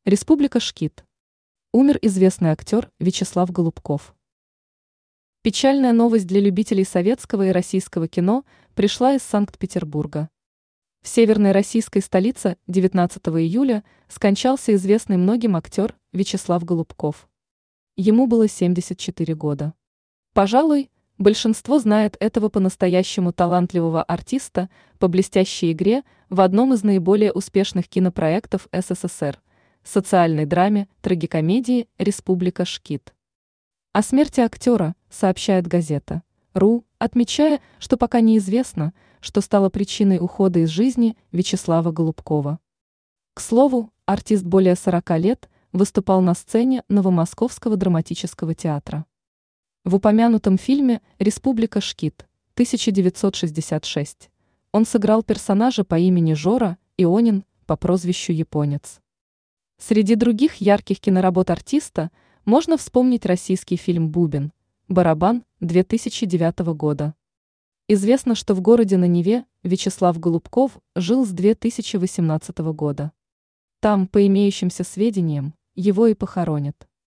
Республика Шкит. Умер известный актер Вячеслав Голубков. Печальная новость для любителей советского и российского кино пришла из Санкт-Петербурга. В северной российской столице 19 июля скончался известный многим актер Вячеслав Голубков. Ему было 74 года. Пожалуй, большинство знает этого по-настоящему талантливого артиста по блестящей игре в одном из наиболее успешных кинопроектов СССР – социальной драме, трагикомедии «Республика Шкит». О смерти актера сообщает газета «РУ», отмечая, что пока неизвестно, что стало причиной ухода из жизни Вячеслава Голубкова. К слову, артист более 40 лет выступал на сцене Новомосковского драматического театра. В упомянутом фильме «Республика Шкит» 1966 он сыграл персонажа по имени Жора Ионин по прозвищу Японец. Среди других ярких киноработ артиста можно вспомнить российский фильм «Бубен», «Барабан» 2009 года. Известно, что в городе на Неве Вячеслав Голубков жил с 2018 года. Там, по имеющимся сведениям, его и похоронят.